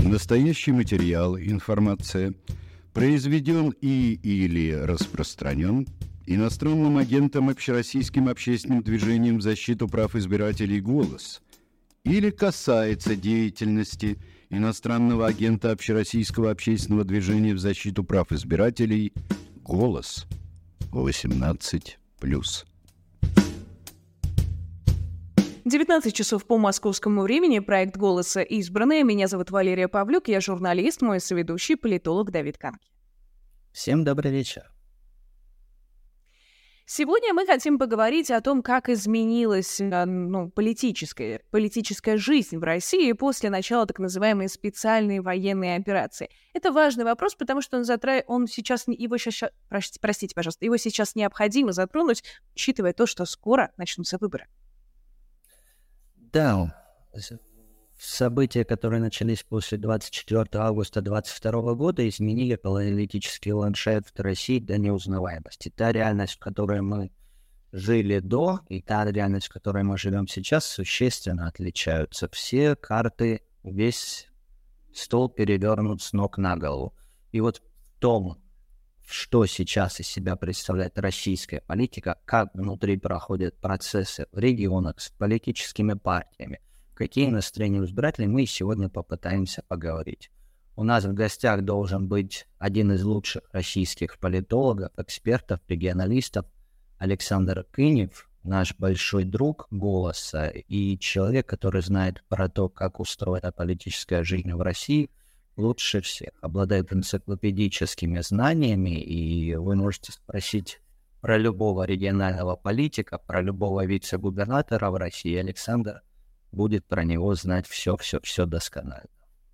Настоящий материал, информация, произведен или распространен иностранным агентом Общероссийским общественным движением в защиту прав избирателей «Голос» или касается деятельности иностранного агента Общероссийского общественного движения в защиту прав избирателей «Голос» 18+. 19 часов по московскому времени. Проект «Голоса. Избранные». Меня зовут Валерия Павлюк. Я журналист, мой соведущий, политолог Давид Канки. Всем добрый вечер. Сегодня мы хотим поговорить о том, как изменилась политическая жизнь в России после начала так называемой специальной военной операции. Это важный вопрос, потому что его сейчас необходимо затронуть, учитывая то, что скоро начнутся выборы. Да, события, которые начались после 24 августа 2022 года, изменили политический ландшафт России до неузнаваемости. Та реальность, в которой мы жили до, и та реальность, в которой мы живем сейчас, существенно отличаются. Все карты, весь стол перевернут с ног на голову. И вот в том, что сейчас из себя представляет российская политика, как внутри проходят процессы в регионах с политическими партиями, какие настроения у избирателей, мы сегодня попытаемся поговорить. У нас в гостях должен быть один из лучших российских политологов, экспертов, регионалистов Александр Кынев, наш большой друг «Голоса» и человек, который знает про то, как устроена политическая жизнь в России, лучше всех, обладает энциклопедическими знаниями, и вы можете спросить про любого регионального политика, про любого вице-губернатора в России, Александр будет про него знать все досконально.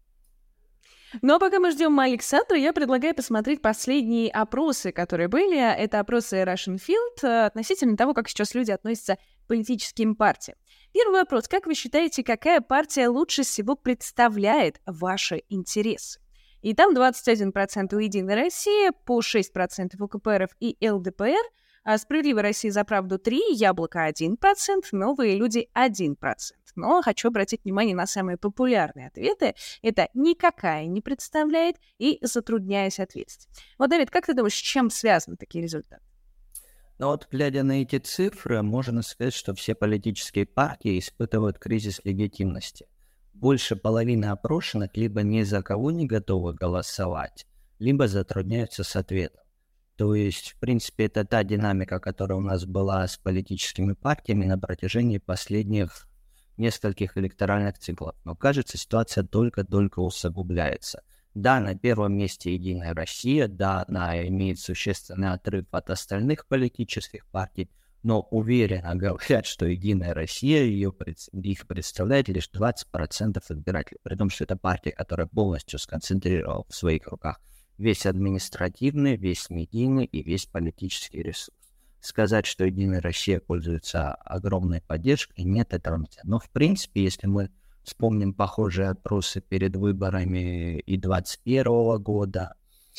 Но пока мы ждем Александра, я предлагаю посмотреть последние опросы, которые были. Это опросы Russian Field относительно того, как сейчас люди относятся к политическим партиям. Первый вопрос. Как вы считаете, какая партия лучше всего представляет ваши интересы? И там 21% у «Единой России», по 6% у КПРФ и ЛДПР, а «Справедливая Россия за правду» 3%, «Яблоко» 1%, «Новые люди» 1%. Но хочу обратить внимание на самые популярные ответы. Это «никакая не представляет» и «затрудняясь ответить». Вот, Давид, как ты думаешь, с чем связаны такие результаты? Но вот, глядя на эти цифры, можно сказать, что все политические партии испытывают кризис легитимности. Больше половины опрошенных либо ни за кого не готовы голосовать, либо затрудняются с ответом. То есть, в принципе, это та динамика, которая у нас была с политическими партиями на протяжении последних нескольких электоральных циклов. Но, кажется, ситуация только-только усугубляется. Да, на первом месте «Единая Россия», да, она имеет существенный отрыв от остальных политических партий, но уверенно говорят, что «Единая Россия», их представляет лишь 20% избирателей, при том, что это партия, которая полностью сконцентрировала в своих руках весь административный, весь медийный и весь политический ресурс. Сказать, что «Единая Россия» пользуется огромной поддержкой, нет, этого нельзя. Но, в принципе, если мы вспомним похожие опросы перед выборами и 2021 года,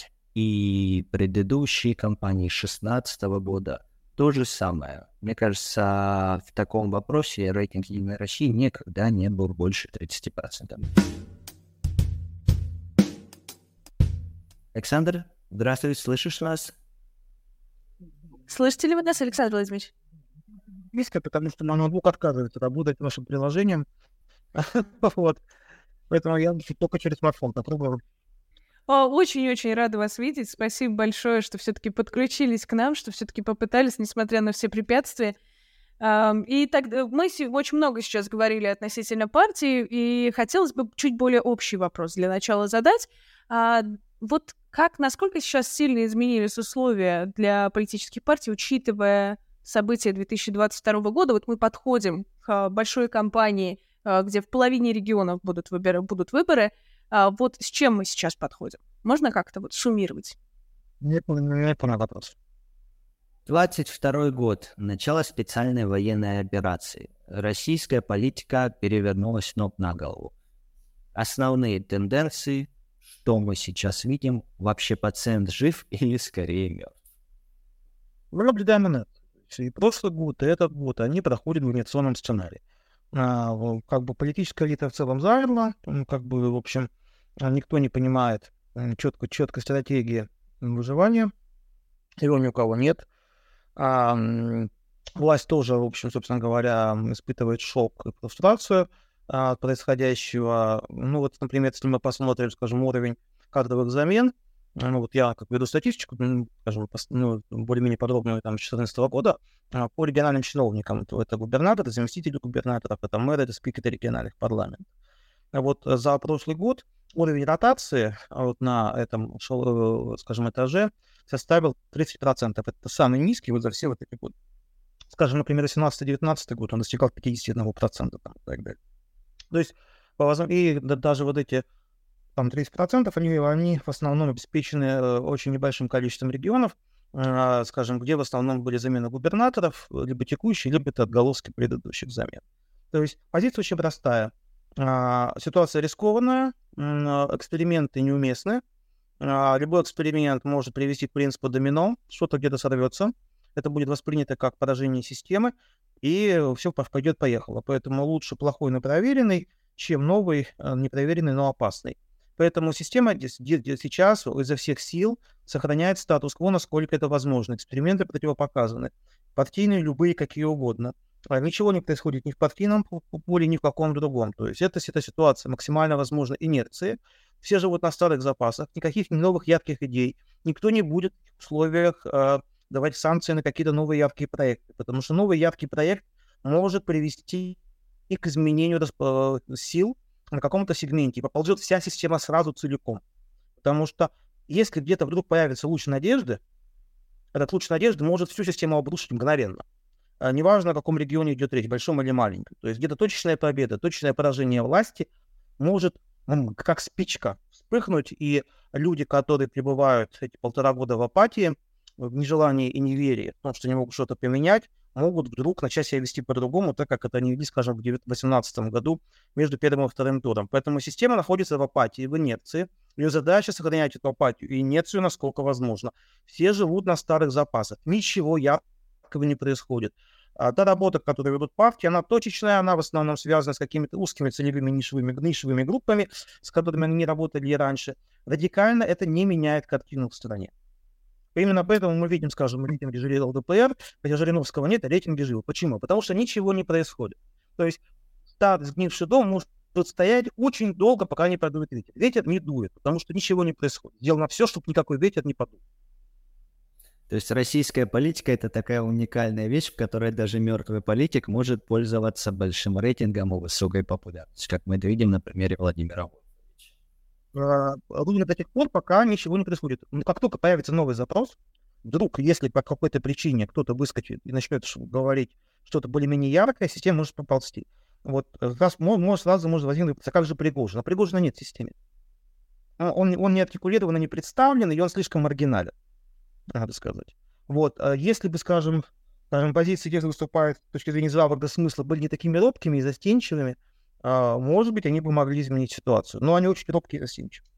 и предыдущие кампании 2016 года. То же самое. Мне кажется, в таком вопросе рейтинг «Единой России» никогда не был больше 30%. Александр, здравствуй, слышишь нас? Слышите ли вы нас, Александр Владимирович? Близко, потому что на ноутбук отказывается работать нашим приложением. Вот. Поэтому я только через смартфон попробую. Очень-очень рада вас видеть. Спасибо большое, что все-таки подключились к нам, что все-таки попытались, несмотря на все препятствия. И так мы очень много сейчас говорили относительно партии, и хотелось бы чуть более общий вопрос для начала задать. Вот насколько сейчас сильно изменились условия для политических партий, учитывая события 2022 года? Вот мы подходим к большой кампании, где в половине регионов будут выборы. Вот с чем мы сейчас подходим? Можно как-то суммировать? Не понял вопрос. 22 год. Начало специальной военной операции. Российская политика перевернулась с ног на голову. Основные тенденции, что мы сейчас видим, вообще пациент жив или скорее мертв? Мы наблюдаем инерцию. И прошлый год, и этот год, они проходят в инерционном сценарии. Политическая элита в целом замерла, в общем, никто не понимает четкой стратегии выживания, его ни у кого нет. Власть тоже, в общем, собственно говоря, испытывает шок и фрустрацию от происходящего. Ну вот, например, если мы посмотрим, скажем, уровень кадровых замен, ну вот я как веду статистику, скажем, более-менее подробную там, с 2014 года, по региональным чиновникам, то это губернаторы, заместители губернаторов, это мэры, это спикеры региональных парламентов. Вот за прошлый год уровень ротации вот на этом, скажем, этаже составил 30%. Это самый низкий вот за все вот эти годы. Скажем, например, 18-19 год он достигал 51%. Там, и так далее. То есть, и даже вот эти там 30%, они в основном обеспечены очень небольшим количеством регионов, скажем, где в основном были замены губернаторов, либо текущие, либо это отголоски предыдущих замен. То есть позиция очень простая. Ситуация рискованная, эксперименты неуместны. Любой эксперимент может привести к принципу домино, что-то где-то сорвется, это будет воспринято как поражение системы, и все пойдет-поехало. Поэтому лучше плохой, но проверенный, чем новый, непроверенный, но опасный. Поэтому система сейчас изо всех сил сохраняет статус-кво, насколько это возможно. Эксперименты противопоказаны. Партийные, любые, какие угодно. Ничего не происходит ни в партийном поле, ни в каком другом. То есть это ситуация максимально возможной инерции. Все живут на старых запасах, никаких новых ярких идей. Никто не будет в условиях давать санкции на какие-то новые яркие проекты, потому что новый яркий проект может привести к изменению сил на каком-то сегменте, и поползет вся система сразу целиком. Потому что если где-то вдруг появится луч надежды, этот луч надежды может всю систему обрушить мгновенно. Неважно, о каком регионе идет речь, большом или маленьком. То есть где-то точечная победа, точечное поражение власти может как спичка вспыхнуть, и люди, которые пребывают эти 1,5 года в апатии, в нежелании и неверии, потому что не могут что-то поменять, могут вдруг начать себя вести по-другому, так как это они вели, скажем, в 2018 году между первым и вторым туром. Поэтому система находится в апатии, в инерции. Ее задача — сохранять эту апатию и инерцию насколько возможно. Все живут на старых запасах. Ничего яркого не происходит. Та работа, которую ведут партии, она точечная, она в основном связана с какими-то узкими целевыми нишевыми группами, с которыми они не работали и раньше. Радикально это не меняет картину в стране. Именно поэтому мы видим, скажем, рейтинги жюри ЛДПР, хотя Жириновского нет, а рейтинги живы. Почему? Потому что ничего не происходит. То есть старый сгнивший дом может стоять очень долго, пока не подует ветер. Ветер не дует, потому что ничего не происходит. Сделано все, чтобы никакой ветер не подул. То есть российская политика — это такая уникальная вещь, в которой даже мертвый политик может пользоваться большим рейтингом и высокой популярностью, как мы это видим на примере Владимира Вольфовича. Ровно до тех пор, пока ничего не происходит. Но как только появится новый запрос, вдруг, если по какой-то причине кто-то выскочит и начнет говорить что-то более-менее яркое, система может поползти. Вот сразу может возникнуть, как же Пригожин. А Пригожина нет в системе. Он не артикулирован, не представлен, и он слишком маргинален, надо сказать. Вот, если бы, скажем, позиции, где выступают с точки зрения здравого смысла, были не такими робкими и застенчивыми, может быть, они бы могли изменить ситуацию. Но они очень робкие и застенчивые.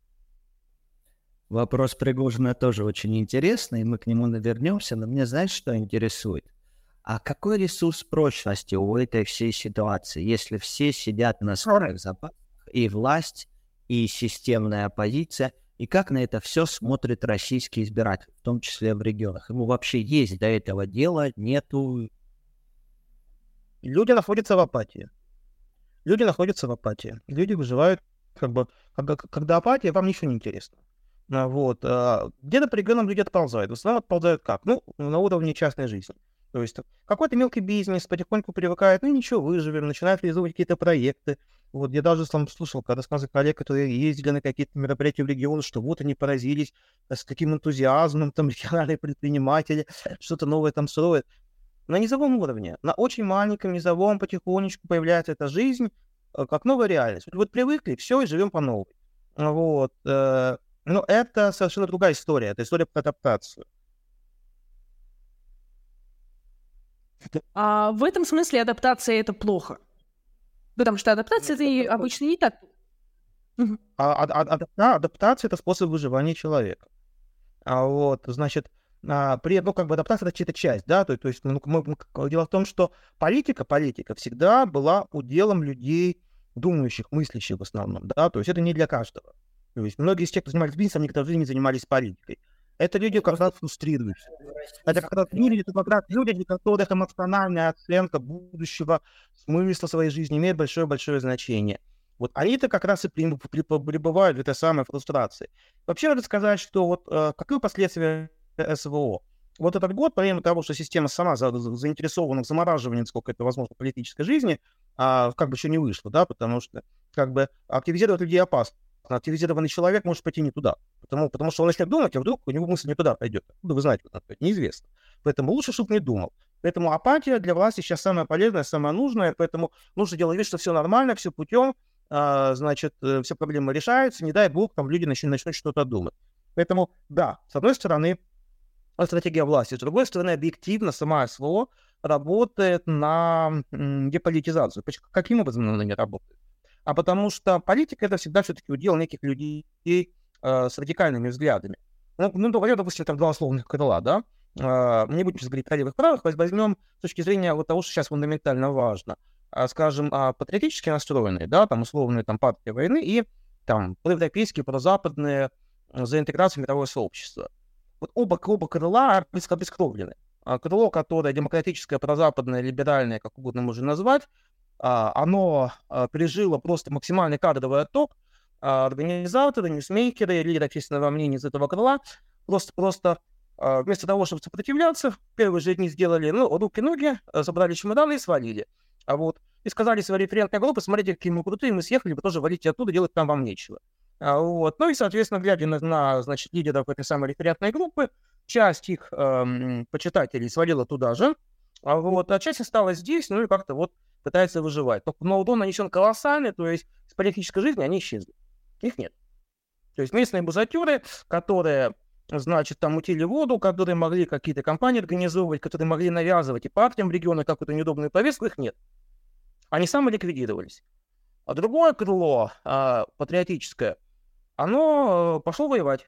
Вопрос Пригожина тоже очень интересный, и мы к нему вернемся, но меня, знаешь, что интересует? А какой ресурс прочности у этой всей ситуации, если все сидят на старых запасах, и власть, и системная оппозиция, и как на это все смотрит российский избиратель, в том числе в регионах? Ему вообще есть до этого дела, нету? Люди находятся в апатии. Люди выживают, когда апатия, вам ничего не интересно. Вот. Где-то по регионам люди отползают. В основном отползают как? На уровне частной жизни. То есть какой-то мелкий бизнес потихоньку привыкает, ничего, выживем, начинают реализовывать какие-то проекты. Вот я даже слушал, когда рассказы коллег, которые ездили на какие-то мероприятия в регионы, что вот они поразились, с каким энтузиазмом там региональные предприниматели что-то новое там строят. На низовом уровне, на очень маленьком низовом потихонечку появляется эта жизнь, как новая реальность. Вот привыкли, все, и живем по новой. Вот. Но это совершенно другая история. Это история про адаптацию. А в этом смысле адаптация — это плохо. Потому что адаптация — это обычно не так. Адаптация — это способ выживания человека. Вот, значит, адаптация — это чья-то часть, да, то есть дело в том, что политика всегда была уделом людей, думающих, мыслящих в основном, да, то есть это не для каждого. То есть многие из тех, кто занимались бизнесом, никогда в жизни не занимались политикой. Это люди как раз фрустрируются. Это как раз люди, для которых эмоциональная оценка будущего, смысла своей жизни имеет большое-большое значение. Вот они-то как раз и пребывают в этой самой фрустрации. Вообще надо сказать, что вот какие последствия СВО? Вот этот год, помимо того, что система сама заинтересована в замораживании, сколько это возможно, политической жизни, как бы еще не вышло, да, потому что как бы активизировать людей опасно. Активизированный человек может пойти не туда, потому что он начнет думать, а вдруг у него мысль не туда пойдет. Откуда вы знаете, неизвестно. Поэтому лучше, чтобы не думал. Поэтому апатия для власти сейчас самая полезная, самая нужная, поэтому нужно делать вид, что все нормально, все путем, значит, все проблемы решаются, не дай бог, там люди начнут что-то думать. Поэтому, да, с одной стороны, стратегия власти, с другой стороны, объективно сама СВО работает на деполитизацию. Каким образом она не работает? А потому что политика — это всегда все-таки удел неких людей с радикальными взглядами. Допустим, там два условных крыла, да? Мы не будем сейчас говорить о левых правых, возьмем с точки зрения вот того, что сейчас фундаментально важно. Скажем, патриотически настроенные, да, там условные там партии войны и там проевропейские, прозападные за интеграцию в мировое сообщество. Вот оба крыла обескровлены. Крыло, которое демократическое, прозападное, либеральное, как угодно можно назвать, оно пережило просто максимальный кадровый отток. Организаторы, ньюсмейкеры, лидеры общественного мнения из этого крыла просто вместо того, чтобы сопротивляться, в первые же дни сделали руки-ноги, забрали чемоданы и свалили. И сказали своей референтной группе: смотрите, какие мы крутые, мы съехали, вы тоже валите оттуда, делать там вам нечего. И, соответственно, глядя на значит, лидеров этой самой референтной группы, часть их почитателей свалила туда же, а часть осталась здесь, и как-то вот пытается выживать. Но урон нанесен колоссальный, то есть с политической жизни они исчезли. Их нет. То есть местные бузатеры, которые, значит, там мутили воду, которые могли какие-то кампании организовывать, которые могли навязывать и партиям в регионах какую-то неудобную повестку, их нет. Они самоликвидировались. А другое крыло, патриотическое, оно пошло воевать.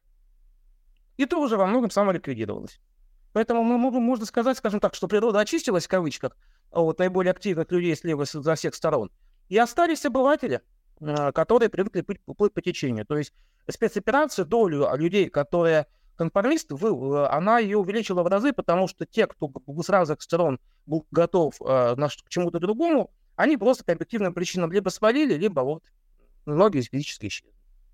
И тоже во многом самоликвидировалось. Поэтому можно сказать, скажем так, что природа очистилась, в кавычках, от наиболее активных людей слева со всех сторон. И остались обыватели, которые привыкли плыть по течению. То есть спецоперация, долю людей, которые конформисты, она ее увеличила в разы, потому что те, кто с разных сторон был готов к чему-то другому, они просто по объективным причинам либо свалили, либо многие физически исчезли.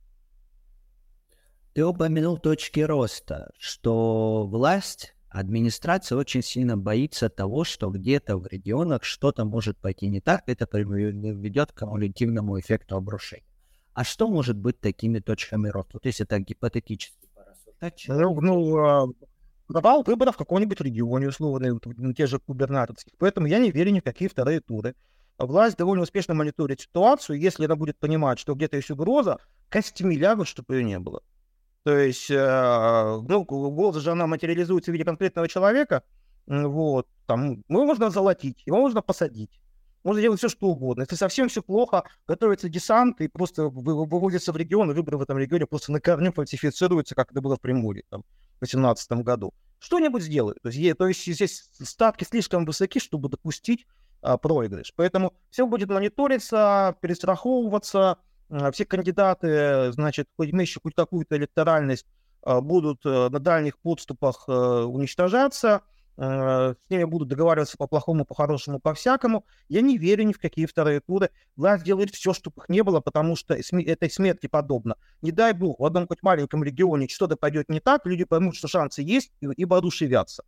Ты упомянул точки роста, что власть, администрация очень сильно боится того, что где-то в регионах что-то может пойти не так, это приведет к кумулятивному эффекту обрушения. А что может быть такими точками роста? То есть это гипотетически порассуждать. Провал выборов в каком-нибудь регионе, условно, те же губернаторских. Поэтому я не верю ни в какие вторые туры. Власть довольно успешно мониторит ситуацию. Если она будет понимать, что где-то есть угроза, костями лягут, чтобы ее не было. То есть, угроза же она материализуется в виде конкретного человека. Его можно золотить, его можно посадить. Можно делать все, что угодно. Если совсем все плохо, готовится десант и просто выводится в регион, и выборы в этом регионе просто на корню фальсифицируются, как это было в Приморье в 2018 году. Что-нибудь сделают. То есть здесь ставки слишком высоки, чтобы допустить проигрыш. Поэтому все будет мониториться, перестраховываться. Все кандидаты, значит, имеющие хоть какую-то электоральность, будут на дальних подступах уничтожаться. С ними будут договариваться по-плохому, по-хорошему, по-всякому. Я не верю ни в какие вторые туры. Власть делает все, чтобы их не было, потому что этой смерти подобно. Не дай бог, в одном хоть маленьком регионе что-то пойдет не так, люди поймут, что шансы есть, и воодушевятся.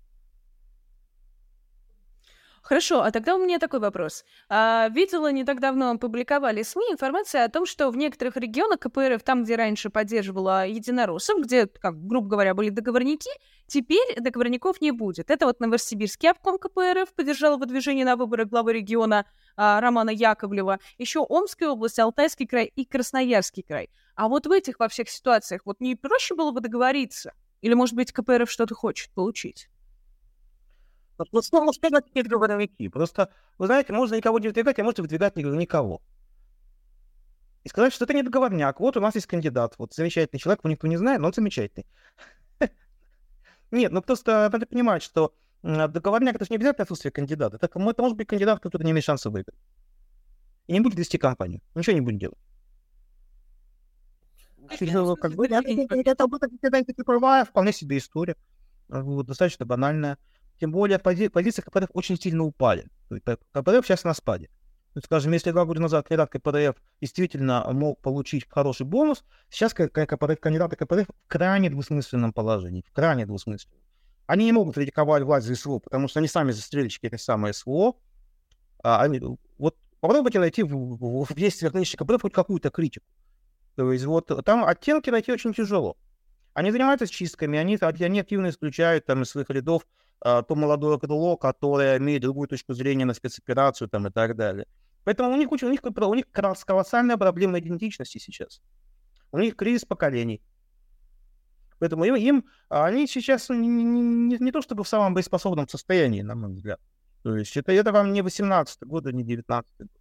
Хорошо, а тогда у меня такой вопрос. Видела, не так давно публиковали СМИ информацию о том, что в некоторых регионах КПРФ, там, где раньше поддерживала единороссов, где, грубо говоря, были договорники, теперь договорников не будет. Это Новосибирский обком КПРФ поддержал выдвижение на выборы главы региона Романа Яковлева, еще Омская область, Алтайский край и Красноярский край. А в этих во всех ситуациях не проще было бы договориться? Или, может быть, КПРФ что-то хочет получить? Можно сказать, какие договорники. Просто, вы знаете, можно никого не выдвигать, а можно выдвигать никого. И сказать, что это не договорняк. Вот у нас есть кандидат, замечательный человек, его никто не знает, но он замечательный. Нет, просто надо понимать, что договорняк — это же не обязательно отсутствие кандидата. Это может быть кандидат, который не имеет шанса выиграть. И не будет вести кампанию, ничего не будет делать. Как бы, это цифровая, вполне себе история. Вот, достаточно банальная. Тем более позиции КПРФ очень сильно упали. То есть КПРФ сейчас на спаде. То есть, скажем, если 2 года назад кандидат КПРФ действительно мог получить хороший бонус, сейчас кандидаты КПРФ в крайне двусмысленном положении. В крайне двусмысленном. Они не могут критиковать власть за СВО, потому что они сами застрельщики этой самой СВО. Вот попробуйте найти в действиях нынешних КПРФ хоть какую-то критику. То есть вот там оттенки найти очень тяжело. Они занимаются чистками, они активно исключают там из своих рядов то молодое крыло, которое имеет другую точку зрения на спецоперацию там, и так далее. Поэтому у них колоссальная проблема идентичности сейчас. У них кризис поколений. Поэтому они сейчас не то чтобы в самом боеспособном состоянии, на мой взгляд. То есть это вам не 18-й год, не 19-й год.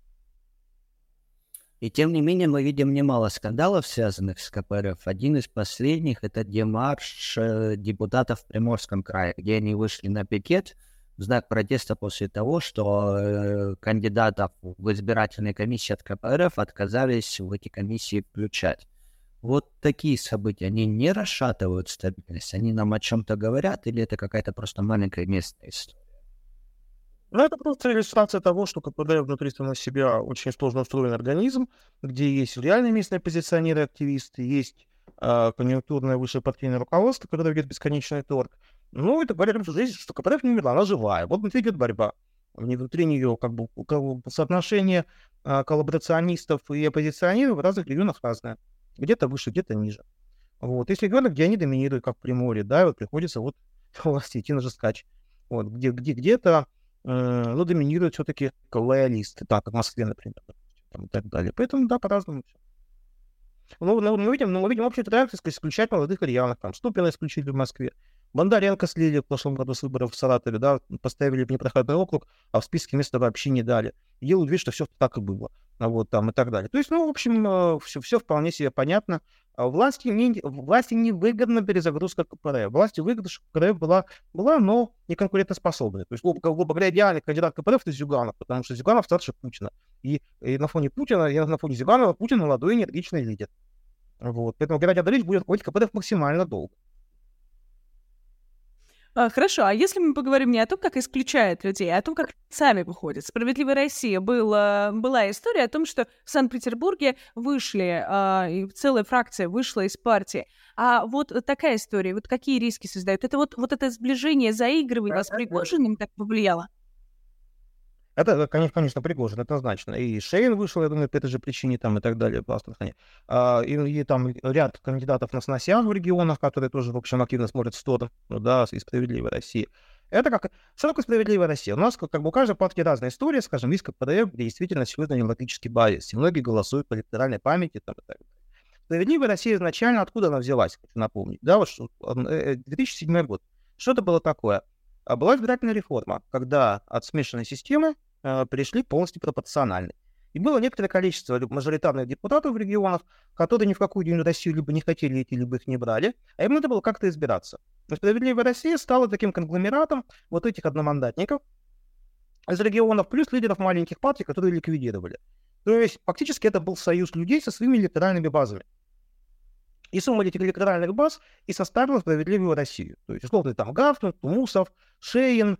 И тем не менее мы видим немало скандалов, связанных с КПРФ. Один из последних — это демарш депутатов в Приморском крае, где они вышли на пикет в знак протеста после того, что кандидатов в избирательной комиссии от КПРФ отказались в эти комиссии включать. Вот такие события, они не расшатывают стабильность? Они нам о чем-то говорят, или это какая-то просто маленькая местная история? Ну, это просто иллюстрация того, что КПРФ внутри самого себя очень сложно устроенный организм, где есть реальные местные оппозиционеры, активисты, есть конъюнктурное высшее партийное руководство, которое ведет бесконечный торг. Ну, это говорит, что КПРФ не умерла, она живая. Вот внутри идет борьба. Внутри нее как бы соотношение коллаборационистов и оппозиционеров в разных регионах разное. Где-то выше, где-то ниже. Вот. Есть регионы, где они доминируют, как в Приморье, да, вот приходится вот власти идти на жесткач. Вот. Где-то доминируют все-таки лоялисты, так, как в Москве, например, там, и так далее. Поэтому, да, по-разному все. Мы видим общую тенденцию исключать молодых и рьяных. Там Ступина исключили в Москве. Бондаренко слили в прошлом году с выборов в Саратове, да, поставили в непроходной округ, а в списке места вообще не дали. И делают вид, что все так и было. Вот там и так далее. То есть, в общем, все вполне себе понятно. Власти невыгодна перезагрузка КПРФ. Власти выгодно, что КПРФ была, но не конкурентоспособной. То есть, грубо говоря, идеальный кандидат КПРФ — это Зюганов, потому что Зюганов старше Путина. И на фоне Зюганова Путин молодой энергичный лидер. Вот. Поэтому Геннадий Адольевич будет руководить КПРФ максимально долго. Хорошо, а если мы поговорим не о том, как исключают людей, а о том, как сами выходят. В «Справедливой России» была история о том, что в Санкт-Петербурге и целая фракция вышла из партии. А вот такая история, вот какие риски создают? Это вот это сближение, заигрывание с Пригожиным так повлияло? Это, конечно, Пригожин, однозначно. И Шейн вышел, я думаю, по этой же причине там и так далее, по Астрахани. И там ряд кандидатов на сносях в регионах, которые тоже, в общем, активно смотрят в сторону, да, из «Справедливой России». Что такое «Справедливая Россия»? У нас, как бы, у каждой партии разная история, скажем, есть КПРФ, где действительно серьезный идеологический базис, и многие голосуют по электоральной памяти, там, и так далее. «Справедливая Россия» изначально, откуда она взялась, хочу напомнить, да, вот 2007 год. Что это было такое? Была избирательная реформа, когда от смешанной системы перешли полностью пропорциональной. И было некоторое количество мажоритарных депутатов в регионах, которые ни в какую Единую Россию либо не хотели идти, либо их не брали, а им надо было как-то избираться. Но «Справедливая Россия» стала таким конгломератом вот этих одномандатников из регионов, плюс лидеров маленьких партий, которые ликвидировали. То есть фактически это был союз людей со своими электоральными базами. И сумма этих электоральных баз и составила «Справедливую Россию». То есть, условно, там Гафнер, Тумусов, Шейн,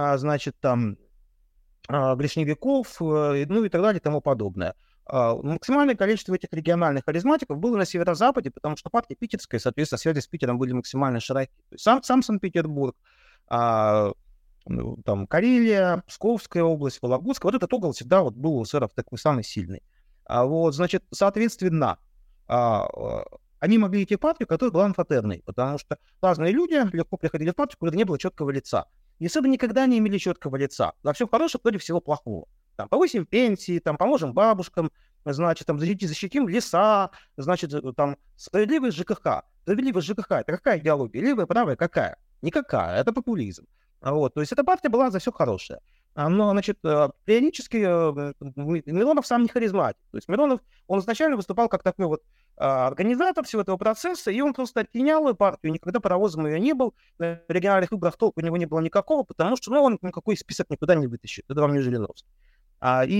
Гришневиков, ну и так далее и тому подобное. Максимальное количество этих региональных харизматиков было на северо-западе, потому что партия питерская, соответственно, связи с Питером были максимально широки. То есть сам Санкт-Петербург, там Карелия, Псковская область, Вологодская, вот этот угол всегда вот был у эсеров такой самый сильный. Значит, соответственно, они могли идти в партию, которая была инфотерной, потому что разные люди легко приходили в партию, когда не было четкого лица. И эсеры никогда не имели четкого лица. Во всем хорошем против всего плохого. Там, повысим пенсии, там, поможем бабушкам, значит, там, защитим леса, значит, там, справедливый ЖКХ. Справедливый ЖКХ — это какая идеология? Левая, правая, какая? Никакая, это популизм. Вот, то есть эта партия была за все хорошее. Но, значит, периодически Миронов сам не харизматик. То есть Миронов, он изначально выступал как такой вот организатор всего этого процесса, и он просто оттенял партию, никогда паровозом ее не был, на региональных выборах толку у него не было никакого, потому что, он никакой список никуда не вытащит, это вам не Жириновский. И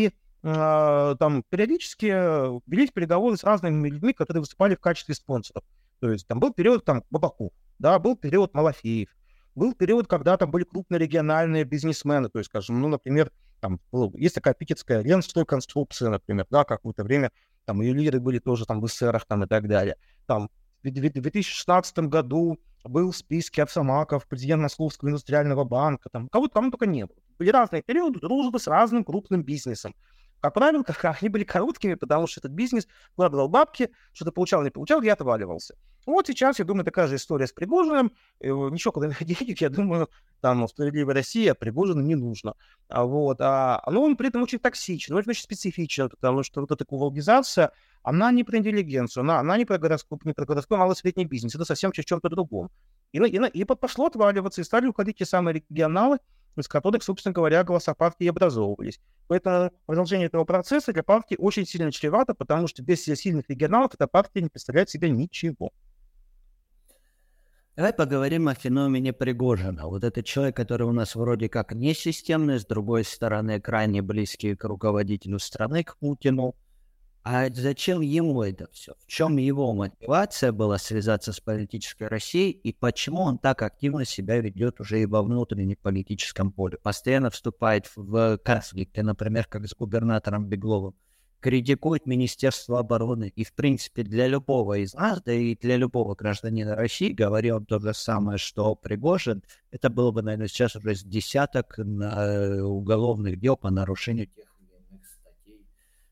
там периодически велись переговоры с разными людьми, которые выступали в качестве спонсоров. То есть там был период там Бабаков, да, был период Малафеев, был период, когда там были крупные региональные бизнесмены, то есть, скажем, ну, например, там есть такая питерская Ленстройконструкция, например, да, какое-то время там ее лидеры были тоже там в эсерах там и так далее. Там в 2016 году был в списке Авсамаков, президент Московского индустриального банка, там кого-то там только не было. Были разные периоды дружбы с разным крупным бизнесом. Как правило, они были короткими, потому что этот бизнес вкладывал бабки, что-то получал, не получал, и отваливался. Вот сейчас, я думаю, такая же история с Пригожиным. Ничего, кроме денег, я думаю, там в «Справедливой России» Пригожину не нужно. Но он при этом очень токсичен, очень специфичен, потому что вот эта кувалдизация, она не про интеллигенцию, она не про городской малый-средний бизнес, это совсем чем-то другом. И пошло отваливаться, и стали уходить те самые регионалы, из которых, собственно говоря, голоса партии образовывались. Поэтому продолжение этого процесса для партии очень сильно чревато, потому что без сильных регионалов эта партия не представляет себе ничего. Давай поговорим о феномене Пригожина. Вот этот человек, который у нас вроде как не системный, с другой стороны, крайне близкий к руководителю страны, к Путину. А зачем ему это все? В чем его мотивация была связаться с политической Россией, и почему он так активно себя ведет уже и во внутреннем политическом поле? Постоянно вступает в конфликты, например, как с губернатором Бегловым, критикует Министерство обороны. И, в принципе, для любого из нас, да и для любого гражданина России, говорил то же самое, что Пригожин, это было бы, наверное, сейчас уже с десяток уголовных дел по нарушению тех или иных статей.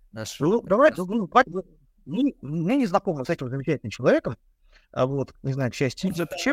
Мне не знакомо с этим замечательным человеком, не знаю, к счастью,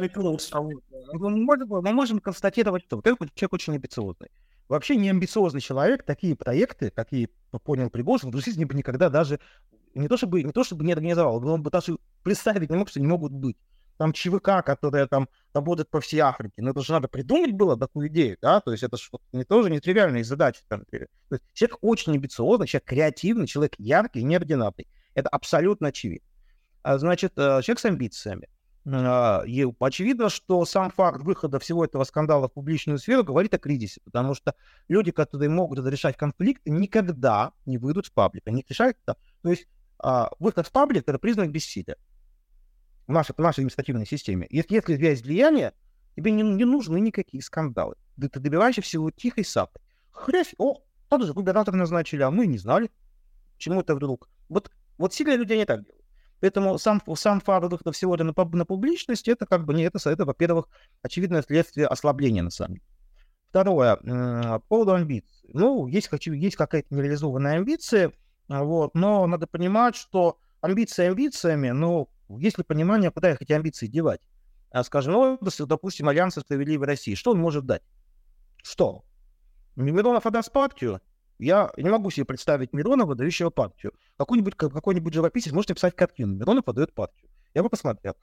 мы можем констатировать, что этот человек очень амбициозный. Вообще не амбициозный человек, такие проекты, какие понял Пригожин, в жизни бы никогда даже не то чтобы не организовал, он бы даже представить не мог, что не могут быть. Там ЧВК, которые там работают по всей Африке, но это же надо придумать было такую идею, да, то есть это же тоже нетривиальные задачи. То есть человек очень амбициозный, человек креативный, человек яркий, неординарный. Это абсолютно очевидно. Значит, человек с амбициями. И очевидно, что сам факт выхода всего этого скандала в публичную сферу говорит о кризисе, потому что люди, которые могут решать конфликты, никогда не выйдут в паблик. Они решают это. То есть выход в паблик — это признак бессилия в нашей административной системе. Если у тебя есть влияние, тебе не нужны никакие скандалы. Ты добиваешься всего тихой сапой. Хрясь, надо же, губернатора назначили, а мы не знали. Почему это вдруг? Вот сильные люди не так делают. Поэтому сам факт выхода всего это на публичность, это как бы не это, во-первых, очевидное следствие ослабления на самом деле. Второе, по поводу амбиций. Есть какая-то нереализованная амбиция, но надо понимать, что амбиции амбициями, но есть ли понимание, куда их эти амбиции девать? Скажем, допустим, Альянс «Справедливой России». Что он может дать? Что? Миронов отдаст партию? Я не могу себе представить Миронова, дающего партию. Какой-нибудь живописец может написать картину. Миронов подает партию. Я бы посмотрел.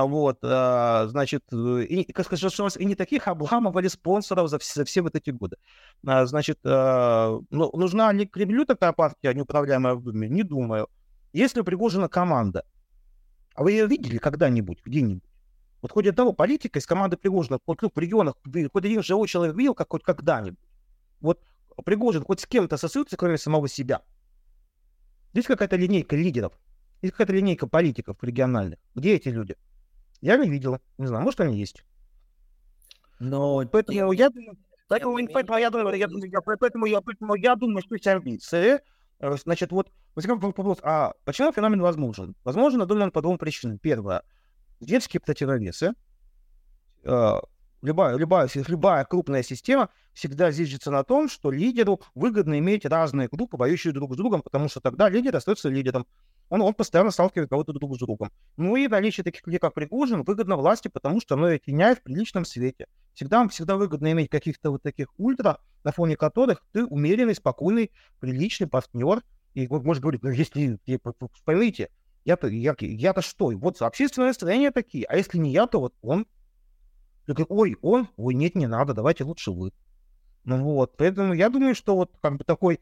Значит, и не таких обламывали спонсоров за все вот эти годы. Значит, нужна ли Кремлю такая партия, неуправляемая в Думе? Не думаю. Если у Пригожина команда, а вы ее видели когда-нибудь, где-нибудь? Вот хоть одного политика из команды Пригожина, в регионах, хоть один живой человек видел хоть когда-нибудь? Вот Пригожин хоть с кем-то ассоциируется, кроме самого себя? Здесь какая-то линейка лидеров, есть какая-то линейка политиков региональных. Где эти люди? Я не видел. Не знаю, может, они есть. Но поэтому я думаю, что есть амбиции. Значит, возникает вопрос, а почему феномен возможен? Возможно, думаю, по двум причинам. Первое, детские противовесы. Любая крупная система всегда зиждется на том, что лидеру выгодно иметь разные группы, воюющие друг с другом, потому что тогда лидер остается лидером. Он постоянно сталкивает кого-то друг с другом. И наличие таких людей, как Пригожин, выгодно власти, потому что оно ее теняет в приличном свете. Всегда выгодно иметь каких-то вот таких ультра, на фоне которых ты умеренный, спокойный, приличный партнер. И может говорить, если поймите, я-то что? Вот общественное настроение такие, а если не я, то вот он. Нет, не надо, давайте лучше вы. Поэтому я думаю, что такой,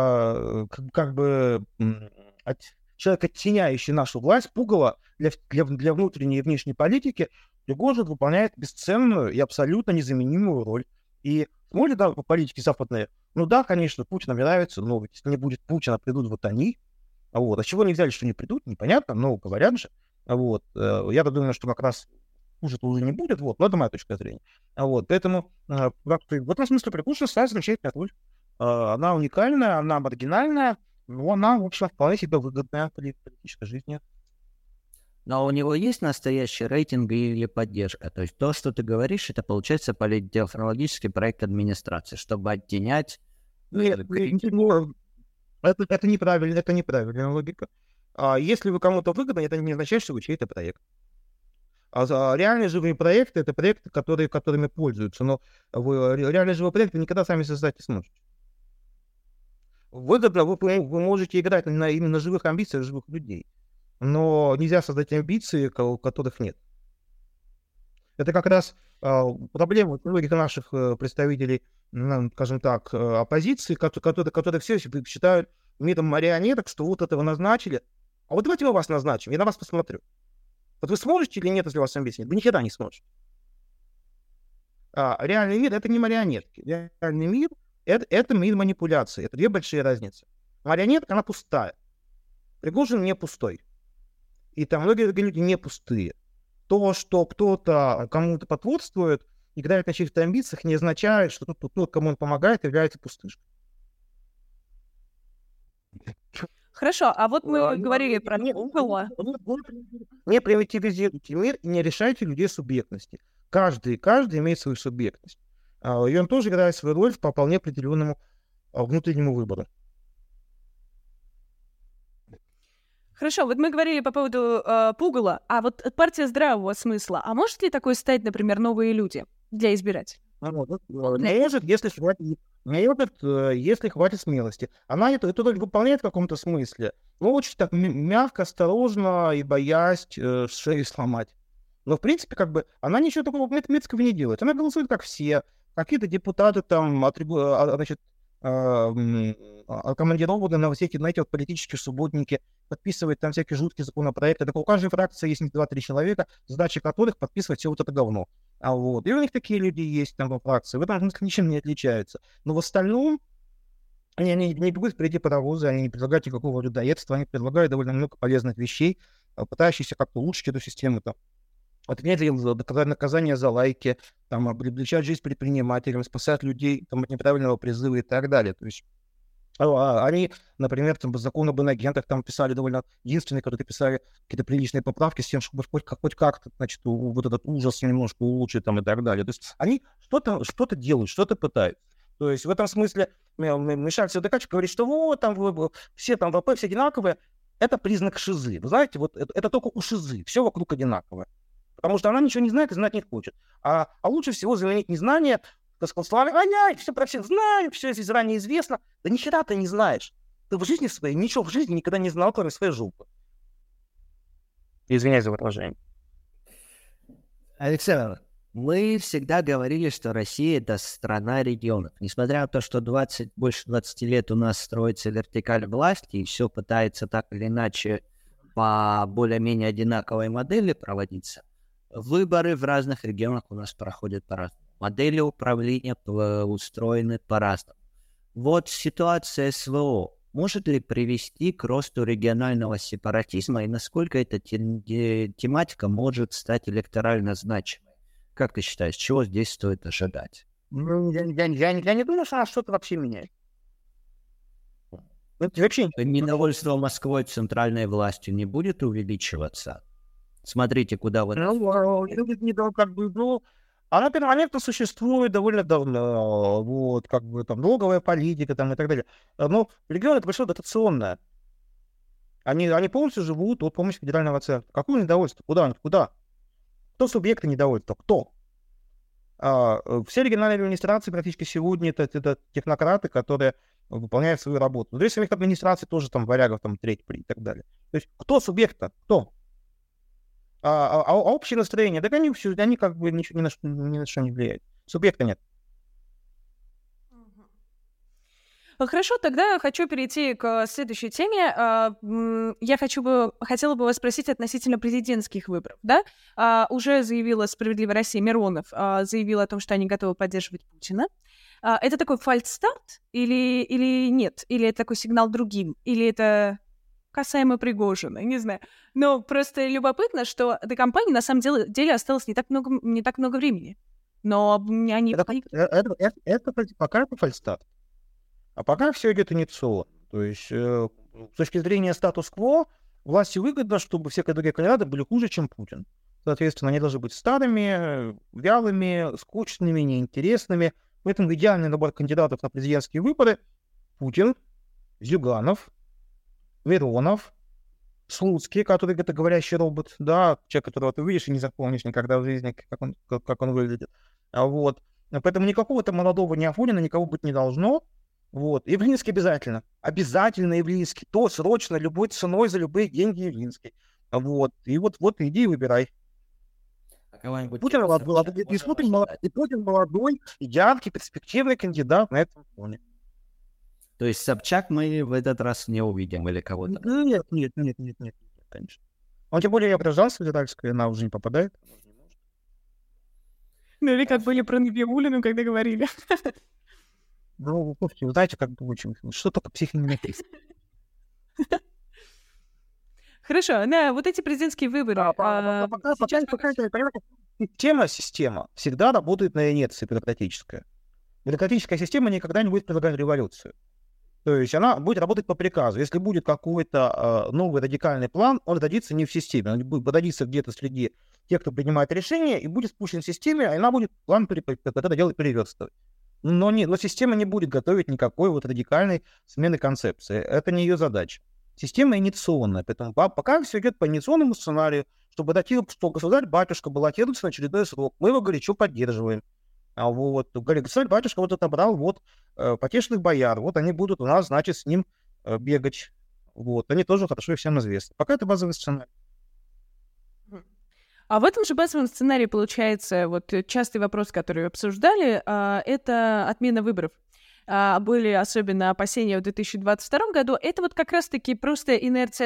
человек, оттеняющий нашу власть, пугало для внутренней и внешней политики, Пригожин выполняет бесценную и абсолютно незаменимую роль. И Смотрят, да, политики западные. Ну да, конечно, Путин нравится, но если не будет Путина, придут вот они. Вот. А чего они взяли, что не придут, непонятно, но говорят же. Вот. Я думаю, что как раз хуже-то уже не будет, вот. Но это моя точка зрения. Вот. Поэтому в этом смысле Пригожин ставит замечательную роль. Она уникальная, она маргинальная, но она, в общем, вполне себе выгодная при политической жизни. Но у него есть настоящий рейтинг или поддержка? То есть то, что ты говоришь, это получается политтехнологический проект администрации, чтобы оттенять... Нет, это неправильная логика. Если вы кому-то выгодны, это не означает, что вы чей-то проект. Реальные живые проекты — это проекты, которыми пользуются, но реальные живые проекты никогда сами создать не сможете. Выгодно вы можете играть на именно живых амбициях живых людей, но нельзя создать амбиции, у которых нет. Это как раз проблема многих наших представителей, скажем так, оппозиции, которые все считают методом марионеток, что вот этого назначили, а вот давайте мы вас назначим, я на вас посмотрю. Вот вы сможете или нет, если у вас амбиции? Вы никогда не сможете. Реальный мир — это не марионетки. Реальный мир — это мир манипуляции. Это две большие разницы. Марионетка, она пустая. Пригожин не пустой. И там многие другие люди не пустые. То, что кто-то кому-то потворствует, играет на чьих-то амбициях, не означает, что тот, кому он помогает, является пустышкой. Хорошо, а вот мы говорили про Google. Не примитивизируйте мир и не решайте людей субъектности. Каждый имеет свою субъектность. И он тоже играет свою роль по вполне определенному внутреннему выбору. Хорошо, вот мы говорили по поводу Пугала, а вот партия здравого смысла. А может ли такой стать, например, новые люди для избирателей? Может, если хватит смелости. Она эту роль выполняет в каком-то смысле, но очень так мягко, осторожно и боясь шею сломать. Но, в принципе, как бы, она ничего такого меткого не делает. Она голосует, как все. Какие-то депутаты там, командированы на все эти, знаете, вот политические субботники, подписывают там всякие жуткие законопроекты. Так у каждой фракции есть 2-3 человека, задача которых подписывать все вот это говно. Вот. И у них такие люди есть там во фракции. В этом смысле ничем не отличаются. Но в остальном они не бегут впереди паровоза, они не предлагают никакого людоедства, они предлагают довольно много полезных вещей, пытающихся как-то улучшить эту систему, там, отменять наказание за лайки, там, облегчать жизнь предпринимателям, спасать людей там, от неправильного призыва и так далее. То есть они, например, там, закон об инагентах там писали довольно единственные, которые писали какие-то приличные поправки с тем, чтобы хоть как-то, значит, вот этот ужас немножко улучшить там, и так далее. То есть они что-то делают, что-то пытаются. То есть в этом смысле Мишель Сердекач говорит, что вот там все там ВП, все одинаковые. Это признак шизы. Вы знаете, вот это только у шизы. Все вокруг одинаковое. Потому что она ничего не знает и знать не хочет. А лучше всего заменить незнание словами, все про всех знаем, все здесь заранее известно. Да ни хера ты не знаешь. Ты в жизни своей ничего в жизни никогда не знал, кроме своей жопы. Извиняюсь за выражение. Александр, мы всегда говорили, что Россия — это страна регионов. Несмотря на то, что больше 20 лет у нас строится вертикаль власти, и все пытается так или иначе по более-менее одинаковой модели проводиться, выборы в разных регионах у нас проходят по-разному. Модели управления устроены по-разному. Вот ситуация СВО может ли привести к росту регионального сепаратизма, и насколько эта тематика может стать электорально значимой? Как ты считаешь, чего здесь стоит ожидать? Я не думаю, что она что-то вообще меняет. Вообще... Недовольство Москвой центральной властью не будет увеличиваться? Смотрите, куда вы... Она перманентно существует довольно давно, вот, как бы, там, налоговая политика, там, и так далее. Но регион — это большое дотационное. Они полностью живут от помощи федерального центра. Какое недовольство? Куда? Кто субъекты недовольства? Кто? Все региональные администрации практически сегодня это технократы, которые выполняют свою работу. Внутри самих администраций тоже там варягов, там, треть и так далее. То есть кто субъект-то? Кто? Общее настроение, так они как бы ни на что не влияют. Субъекта нет. Хорошо, тогда хочу перейти к следующей теме. Я хотела бы вас спросить относительно президентских выборов. Да? Уже заявила «Справедливая Россия», Миронов заявил о том, что они готовы поддерживать Путина. Это такой фальстарт или нет? Или это такой сигнал другим? Или это касаемо Пригожина? Не знаю. Но просто любопытно, что до кампании на самом деле осталось не так много времени. Но они... Это пока это фальстарт. А пока все идет инициационно. То есть с точки зрения статус-кво власти выгодно, чтобы все другие кандидаты были хуже, чем Путин. Соответственно, они должны быть старыми, вялыми, скучными, неинтересными. Поэтому идеальный набор кандидатов на президентские выборы — Путин, Зюганов, Миронов, Слуцкий, который это говорящий робот, да, человек, которого ты увидишь и не запомнишь никогда в жизни, как он выглядит. Вот. Поэтому никакого там молодого Неофонина никого быть не должно. Вот. Явлинский обязательно. Обязательно Явлинский. То срочно, любой ценой, за любые деньги Явлинский. Вот. И вот иди и выбирай. Путин молодой, яркий, перспективный кандидат на этом фоне. То есть Собчак мы в этот раз не увидим или кого-то? Нет, конечно. Он тем более гражданство летальское, она уже не попадает. Ну или как были про Набиуллину, когда говорили. Ну, слушайте, вы знаете, как бы очень... Что такое психоневропейство? Хорошо, на вот эти президентские выборы... Система всегда работает на инерции бюрократическая. Бюрократическая система никогда не будет предлагать революцию. То есть она будет работать по приказу. Если будет какой-то новый радикальный план, он родится не в системе, он будет родиться где-то среди тех, кто принимает решения, и будет спущен в системе, и она будет план это дело переверстывать. Но система не будет готовить никакой вот радикальной смены концепции. Это не ее задача. Система инициационная, поэтому пока все идет по инициационному сценарию, чтобы государь-батюшка баллотируется на очередной срок. Мы его горячо поддерживаем. А вот государь-батюшка вот отобрал потешных бояр. Вот они будут у нас, значит, с ним бегать. Вот. Они тоже хорошо и всем известны. Пока это базовый сценарий. А в этом же базовом сценарии, получается, вот частый вопрос, который обсуждали, это отмена выборов. Были особенно опасения в 2022 году. Это вот как раз-таки просто инерция.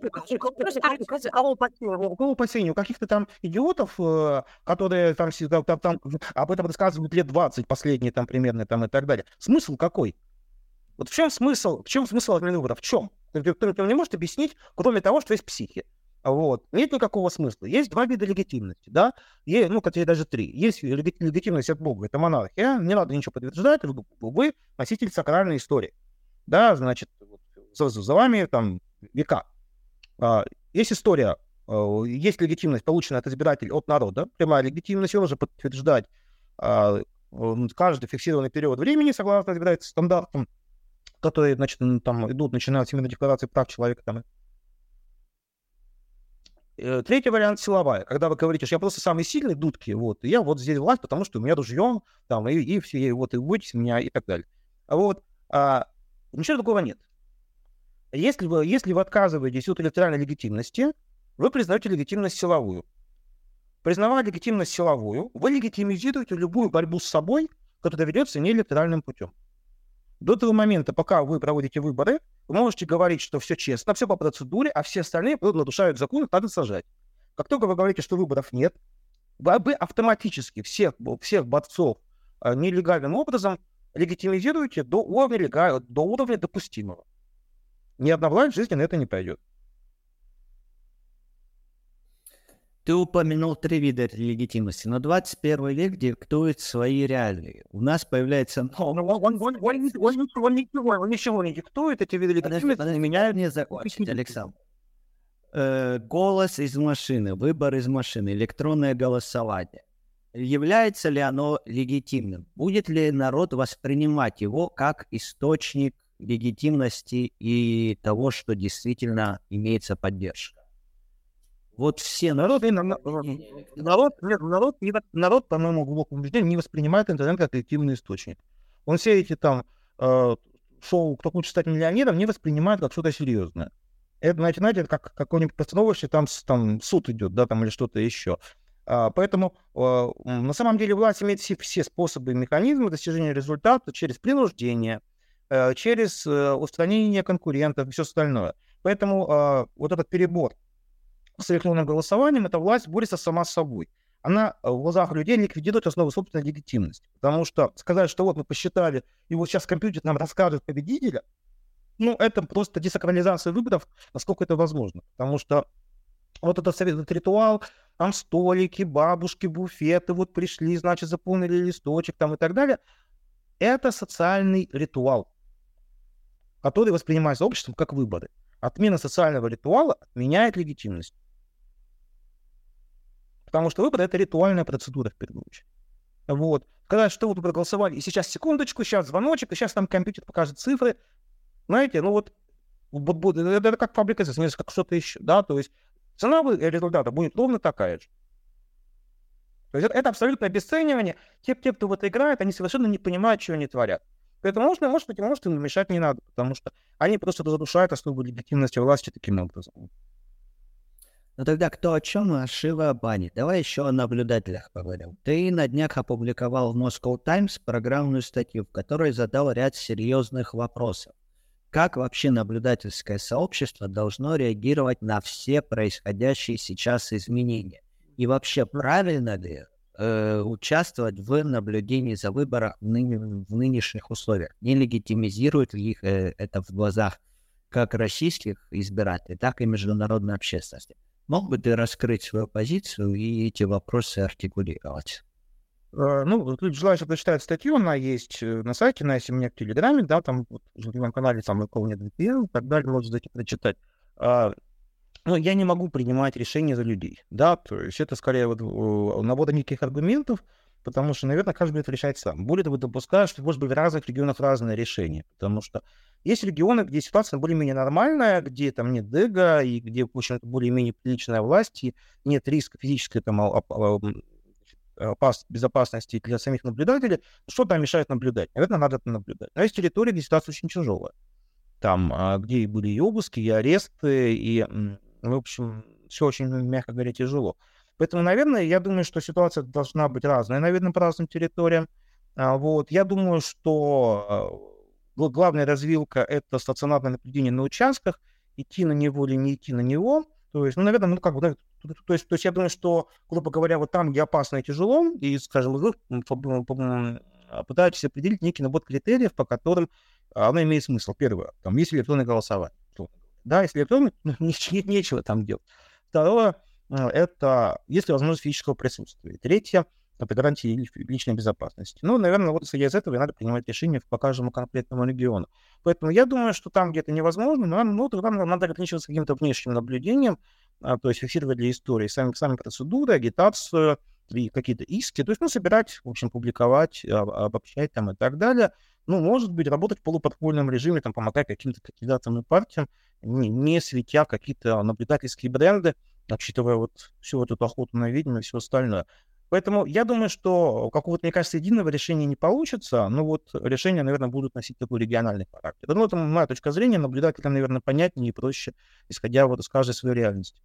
Какого опасения? У каких-то там идиотов, которые там об этом рассказывают лет 20 последние там примерно там и так далее. Смысл какой? Вот в чем смысл отмены выборов? В чем? Кто-то не может объяснить, кроме того, что есть психи. Вот. Нет никакого смысла. Есть два вида легитимности, да? Хотя даже три. Есть легитимность от Бога, это монархия. Не надо ничего подтверждать, вы носитель сакральной истории. Да, значит, за вами там века. Есть история, есть легитимность, полученная от избирателей, от народа, прямая легитимность, ее нужно подтверждать каждый фиксированный период времени, согласно избирательным стандартам, которые, значит, там идут, начиная от Всемирной декларации прав человека, там. Третий вариант — силовая. Когда вы говорите, что я просто самый сильный, дудки, вот, и я вот здесь власть, потому что у меня ружьем, там, и все, и бойтесь меня, и так далее. Ничего такого нет. Если вы отказываетесь от электоральной легитимности, вы признаете легитимность силовую. Признавая легитимность силовую, вы легитимизируете любую борьбу с собой, которая ведется не электоральным путем. До того момента, пока вы проводите выборы, вы можете говорить, что все честно, все по процедуре, а все остальные нарушают закон, их надо сажать. Как только вы говорите, что выборов нет, вы автоматически всех борцов нелегальным образом легитимизируете до уровня допустимого. Ни одна власть в жизни на это не пойдет. Ты упомянул 3 вида легитимности, но 21 век диктует свои реалии. У нас появляется... Он ничего не диктует, эти виды легитимности меняют. Не закончить, Александр. Голос из машины, выбор из машины, электронное голосование. Является ли оно легитимным? Будет ли народ воспринимать его как источник легитимности и того, что действительно имеется поддержка? Вот все народ, по моему глубокому убеждению, не воспринимает интернет как коллективный источник. Он все эти там шоу «Кто хочет стать миллионером» не воспринимает как что-то серьезное. Это, знаете, как какой-нибудь постановочный там суд идет, да, там или что-то еще. Поэтому на самом деле власть имеет все способы и механизмы достижения результата через принуждение, через устранение конкурентов и все остальное. Поэтому вот этот перебор с электронным голосованием, эта власть борется сама с собой. она в глазах людей ликвидирует основу собственной легитимности. Потому что сказать, что вот мы посчитали, и вот сейчас компьютер нам расскажет победителя, ну, это просто десакрализация выборов, насколько это возможно. Потому что вот этот ритуал, там столики, бабушки, буфеты, вот пришли, значит, заполнили листочек там и так далее, это социальный ритуал, который воспринимается обществом как выборы. Отмена социального ритуала отменяет легитимность. Потому что выбор — это ритуальная процедура, в первую очередь. Вот. Сказать, что вы проголосовали, и сейчас секундочку, сейчас звоночек, и сейчас там компьютер покажет цифры. Знаете, ну вот это как фабрика, как что-то еще, да, то есть цена результата будет ровно такая же. То есть это абсолютное обесценивание. Те, кто в это играет, они совершенно не понимают, что они творят. Поэтому, может, им мешать не надо, потому что они просто разрушают основу легитимности власти таким образом. Ну тогда кто о чем, а Шива о бане. Давай еще о наблюдателях поговорим. Ты на днях опубликовал в Moscow Times программную статью, в которой задал ряд серьезных вопросов. Как вообще наблюдательское сообщество должно реагировать на все происходящие сейчас изменения? И вообще правильно ли участвовать в наблюдении за выбором в нынешних условиях? Не легитимизирует ли их это в глазах как российских избирателей, так и международной общественности? Мог бы ты раскрыть свою позицию и эти вопросы артикулировать? Ну, желающий прочитать статью, она есть на сайте, на мне в Телеграме, да, там вот, в Телеграм-канале там никого нет VPN и так далее, можно зайти прочитать. Но я не могу принимать решения за людей, да, то есть это скорее вот набор неких аргументов, потому что, наверное, каждый будет решать сам. Более того, допускаю, что, может быть, в разных регионах разные решения, потому что есть регионы, где ситуация более-менее нормальная, где там нет дэга, и где, в общем-то, более-менее приличная власть, и нет риска физической там безопасности для самих наблюдателей. Что там мешает наблюдать? Наверное, надо это наблюдать. Но есть территории, где ситуация очень тяжелая. Там, где были и обыски, и аресты, и, в общем, все очень, мягко говоря, тяжело. Поэтому, наверное, я думаю, что ситуация должна быть разная, наверное, по разным территориям. Вот. Я думаю, что главная развилка — это стационарное наблюдение на участках, идти на него или не идти на него. То есть, ну, наверное, ну, как бы, да, то есть я думаю, что, грубо говоря, вот там, где опасно и тяжело, и, скажем, вы пытаетесь определить некий набор критериев, по которым оно имеет смысл. Первое, там, есть электронное голосование. Да, если электронное, нечего там делать. Второе, это есть ли возможность физического присутствия. Третье, это гарантии личной безопасности. Ну, наверное, вот исходя из этого и надо принимать решение по каждому конкретному региону. Поэтому я думаю, что там, где это невозможно, тогда надо ограничиваться каким-то внешним наблюдением, то есть фиксировать для истории сами процедуры, агитацию и какие-то иски, то есть, ну, собирать, в общем, публиковать, обобщать там и так далее. Ну, может быть, работать в полуподпольном режиме, там, помогая каким-то кандидатам и партиям, не светя какие-то наблюдательские бренды, учитывая вот всю вот эту охоту на ведьм и все остальное. Поэтому я думаю, что какого-то, мне кажется, единого решения не получится, но вот решения, наверное, будут носить такой региональный характер. Ну, это моя точка зрения, наблюдателям, наверное, понятнее и проще, исходя вот из каждой своей реальности.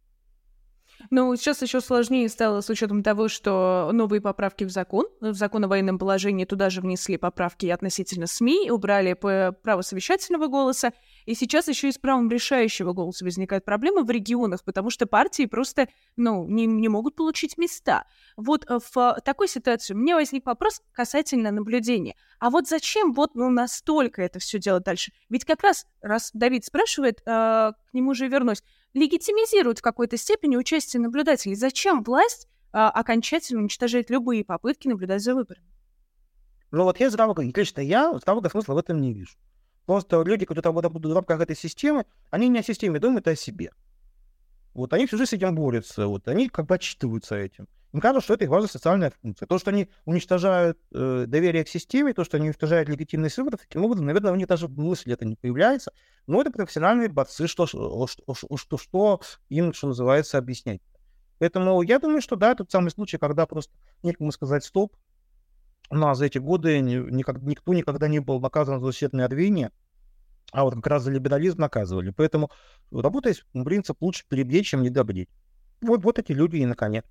Ну, сейчас еще сложнее стало с учетом того, что новые поправки в закон о военном положении, туда же внесли поправки относительно СМИ, убрали право совещательного голоса, и сейчас еще и с правом решающего голоса возникают проблемы в регионах, потому что партии просто, не могут получить места. Вот в такой ситуации у меня возник вопрос касательно наблюдения. А вот зачем настолько это все делать дальше? Ведь как раз Давид спрашивает, к нему же и вернусь, легитимизирует в какой-то степени участие наблюдателей. Зачем власть окончательно уничтожает любые попытки наблюдать за выборами? Ну вот я здравого смысла в этом не вижу. Просто люди, которые будут в рамках этой системы, они не о системе думают, а о себе. Вот они всю жизнь с этим борются, вот они как бы отчитываются этим. Им кажется, что это их важная социальная функция. То, что они уничтожают доверие к системе, то, что они уничтожают легитимность выборов, таким образом, наверное, у них даже мысли это не появляется. Но это профессиональные борцы, что им, что называется, объяснять. Поэтому я думаю, что да, тот самый случай, когда просто некому сказать стоп. У нас за эти годы никто никогда не был наказан за усердное рвение, а вот как раз за либерализм наказывали. Поэтому работает принцип лучше перебдеть, чем недобдеть. Вот эти люди и наконец.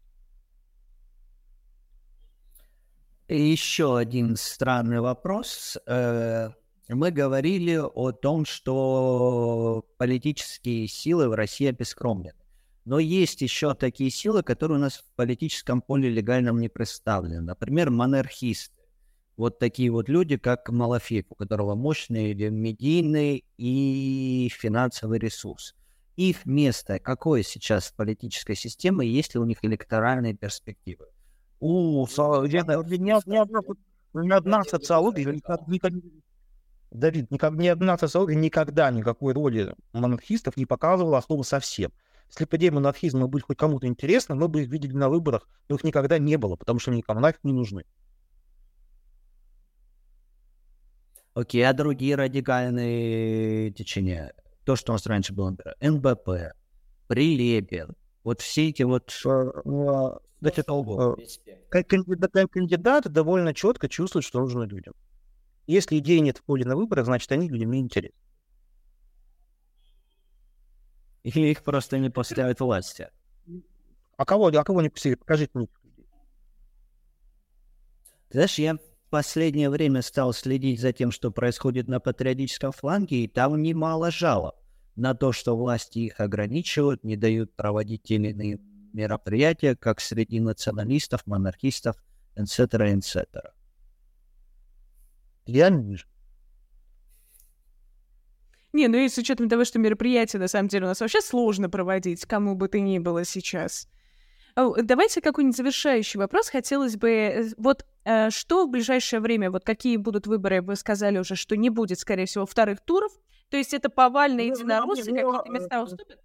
Еще один странный вопрос. Мы говорили о том, что политические силы в России обескровлены. Но есть еще такие силы, которые у нас в политическом поле легальном не представлены. Например, монархисты. Вот такие вот люди, как Малафеев, у которого мощный медийный и финансовый ресурс. Их место какое сейчас в политической системе, есть ли у них электоральные перспективы? Ни одна социология, Давид, ни одна социология никогда никакой роли монархистов не показывала основы совсем. Если бы идея монархизма были хоть кому-то интересны, мы бы их видели на выборах, но их никогда не было, потому что никому нафиг не нужны. Окей, а другие радикальные течения? То, что у нас раньше было, например, НБП, Прилепин, вот все эти вот... Кандидаты довольно четко чувствуют, что нужно людям. Если идеи нет в поле на выборах, значит, они людям не интересны. Или их просто не поставят власти? А кого не пустили? Покажите мне. Ты знаешь, я в последнее время стал следить за тем, что происходит на патриотическом фланге, и там немало жалоб на то, что власти их ограничивают, не дают проводить те или иные мероприятия, как среди националистов, монархистов, etc., etc. Я не вижу. Не, ну и с учетом того, что мероприятия, на самом деле, у нас вообще сложно проводить, кому бы то ни было сейчас. Давайте какой-нибудь завершающий вопрос. Хотелось бы... Вот что в ближайшее время, вот какие будут выборы, вы сказали уже, что не будет, скорее всего, вторых туров. То есть это повальные единороссы, какие-то места уступят?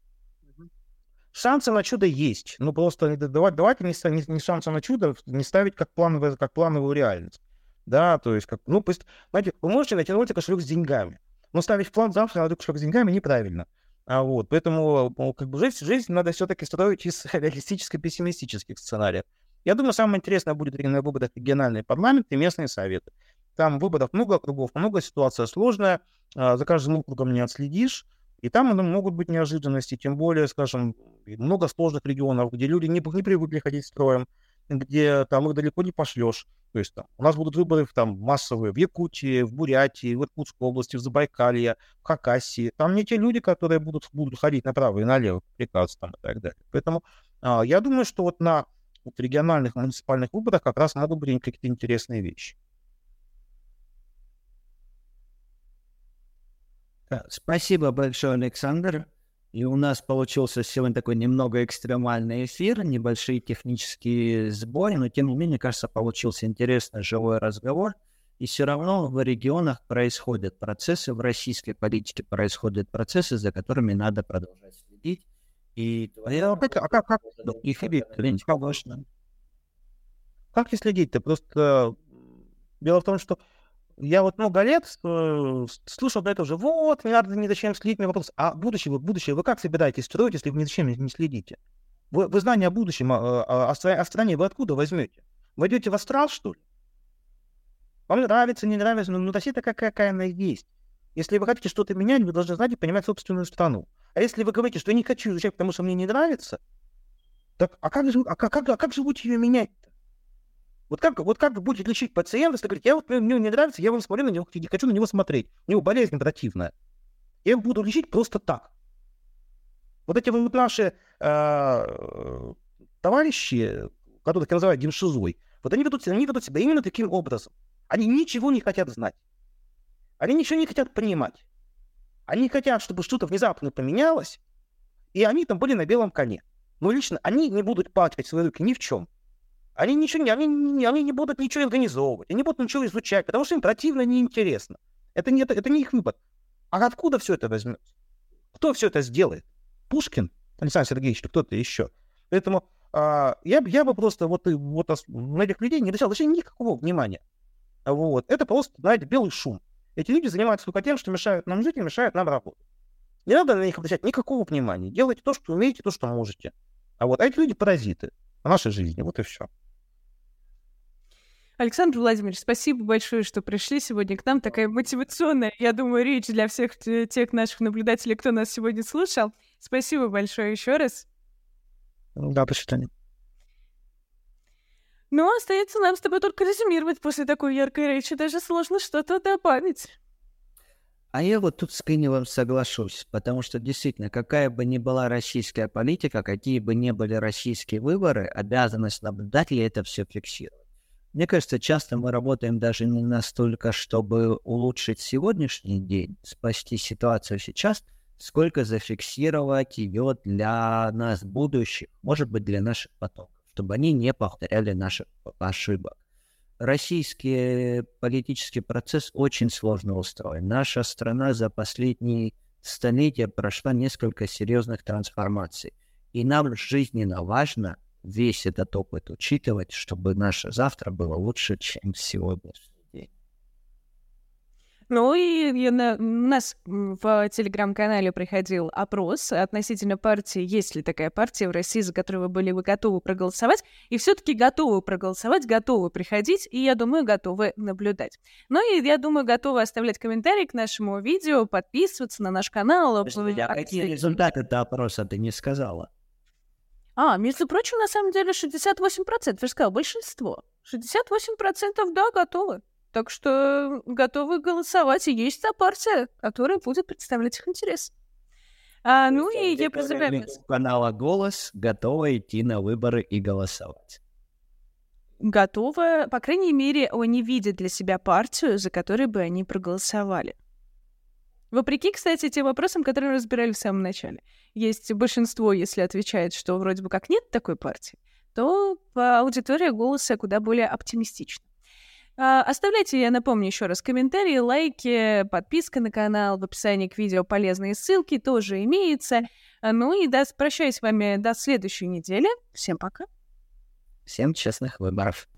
Шансы на чудо есть. Ну, просто давайте не шансы на чудо не ставить как плановую реальность. Да, то есть, знаете, вы можете натянуть кошелек с деньгами. Но ставить план завтра на кошелек с деньгами неправильно. Поэтому жизнь надо все-таки строить из реалистическо-пессимистических сценариев. Я думаю, самое интересное будет на выборах региональные парламенты и местные советы. Там выборов много округов, много, ситуация сложная, за каждым округом не отследишь, и там могут быть неожиданности, тем более, скажем, много сложных регионов, где люди не привыкли ходить строем, где там их далеко не пошлешь. То есть у нас будут выборы массовые в Якутии, в Бурятии, в Иркутской области, в Забайкалье, в Хакасии. Там не те люди, которые будут ходить направо и налево, приказы и так далее. Поэтому я думаю, что на региональных муниципальных выборах как раз могут быть какие-то интересные вещи. Спасибо большое, Александр. И у нас получился сегодня такой немного экстремальный эфир, небольшие технические сборы, но тем не менее, кажется, получился интересный живой разговор. И все равно в регионах происходят процессы, в российской политике происходят процессы, за которыми надо продолжать следить. И как не следить-то? Просто дело в том, что я много лет слушал про это уже. Вот, не надо ни зачем следить. Мне вопрос, а будущее вы как собираетесь строить, если вы ни зачем не следите? Вы знания о будущем, о стране вы откуда возьмете? Вы идете в астрал, что ли? Вам нравится, не нравится, но Россия такая, какая она есть. Если вы хотите что-то менять, вы должны знать и понимать собственную страну. А если вы говорите, что я не хочу изучать, потому что мне не нравится, так как же будете ее менять-то? Вот как вы будете лечить пациента, если говорите, мне не нравится, я вам смотрю на него, не хочу на него смотреть. У него болезнь противная. Я его буду лечить просто так. Вот эти вот наши товарищи, которых называют демшизой, вот они ведут себя именно таким образом. Они ничего не хотят знать. Они ничего не хотят понимать. Они хотят, чтобы что-то внезапно поменялось, и они там были на белом коне. Но лично они не будут пачкать свои руки ни в чем. Они не будут ничего организовывать, они не будут ничего изучать, потому что им противно, неинтересно. Это не их выбор. А откуда все это возьмется? Кто все это сделает? Пушкин, Александр Сергеевич, или кто-то еще. Поэтому я бы просто на этих людей не обращал вообще никакого внимания. Это просто, знаете, белый шум. Эти люди занимаются только тем, что мешают нам жить и мешают нам работать. Не надо на них обращать никакого внимания. Делайте то, что умеете, то, что можете. А эти люди паразиты в нашей жизни. Вот и все. Александр Владимирович, спасибо большое, что пришли сегодня к нам. Такая мотивационная, я думаю, речь для всех тех наших наблюдателей, кто нас сегодня слушал. Спасибо большое еще раз. Да, до свидания. Ну, остается нам с тобой только резюмировать после такой яркой речи. Даже сложно что-то добавить. А я вот тут с Киневым соглашусь, потому что действительно, какая бы ни была российская политика, какие бы ни были российские выборы, обязанность наблюдателя это все фиксировать. Мне кажется, часто мы работаем даже не настолько, чтобы улучшить сегодняшний день, спасти ситуацию сейчас, сколько зафиксировать ее для нас будущих, может быть, для наших потомков, чтобы они не повторяли наших ошибок. Российский политический процесс очень сложно устроен. Наша страна за последние столетия прошла несколько серьезных трансформаций. И нам жизненно важно весь этот опыт учитывать, чтобы наше завтра было лучше, чем сегодняшний день. Ну и у нас в телеграм-канале приходил опрос относительно партии, есть ли такая партия в России, за которую вы готовы проголосовать, и все-таки готовы проголосовать, готовы приходить, и, я думаю, готовы наблюдать. Ну и, я думаю, готовы оставлять комментарии к нашему видео, подписываться на наш канал. Какие результаты этого опроса ты не сказала? Между прочим, на самом деле 68%, я же сказала, большинство. 68% да, готовы. Так что готовы голосовать, и есть та партия, которая будет представлять их интерес. Ну и я призываю вас. Канала «Голос» готова идти на выборы и голосовать. Готовы, по крайней мере, они видят для себя партию, за которой бы они проголосовали. Вопреки, кстати, тем вопросам, которые мы разбирали в самом начале. Есть большинство, если отвечает, что вроде бы как нет такой партии, то аудитория «Голоса» куда более оптимистична. Оставляйте, я напомню еще раз, комментарии, лайки, подписка на канал, в описании к видео полезные ссылки тоже имеются. Ну и прощаюсь с вами до следующей недели. Всем пока. Всем честных выборов.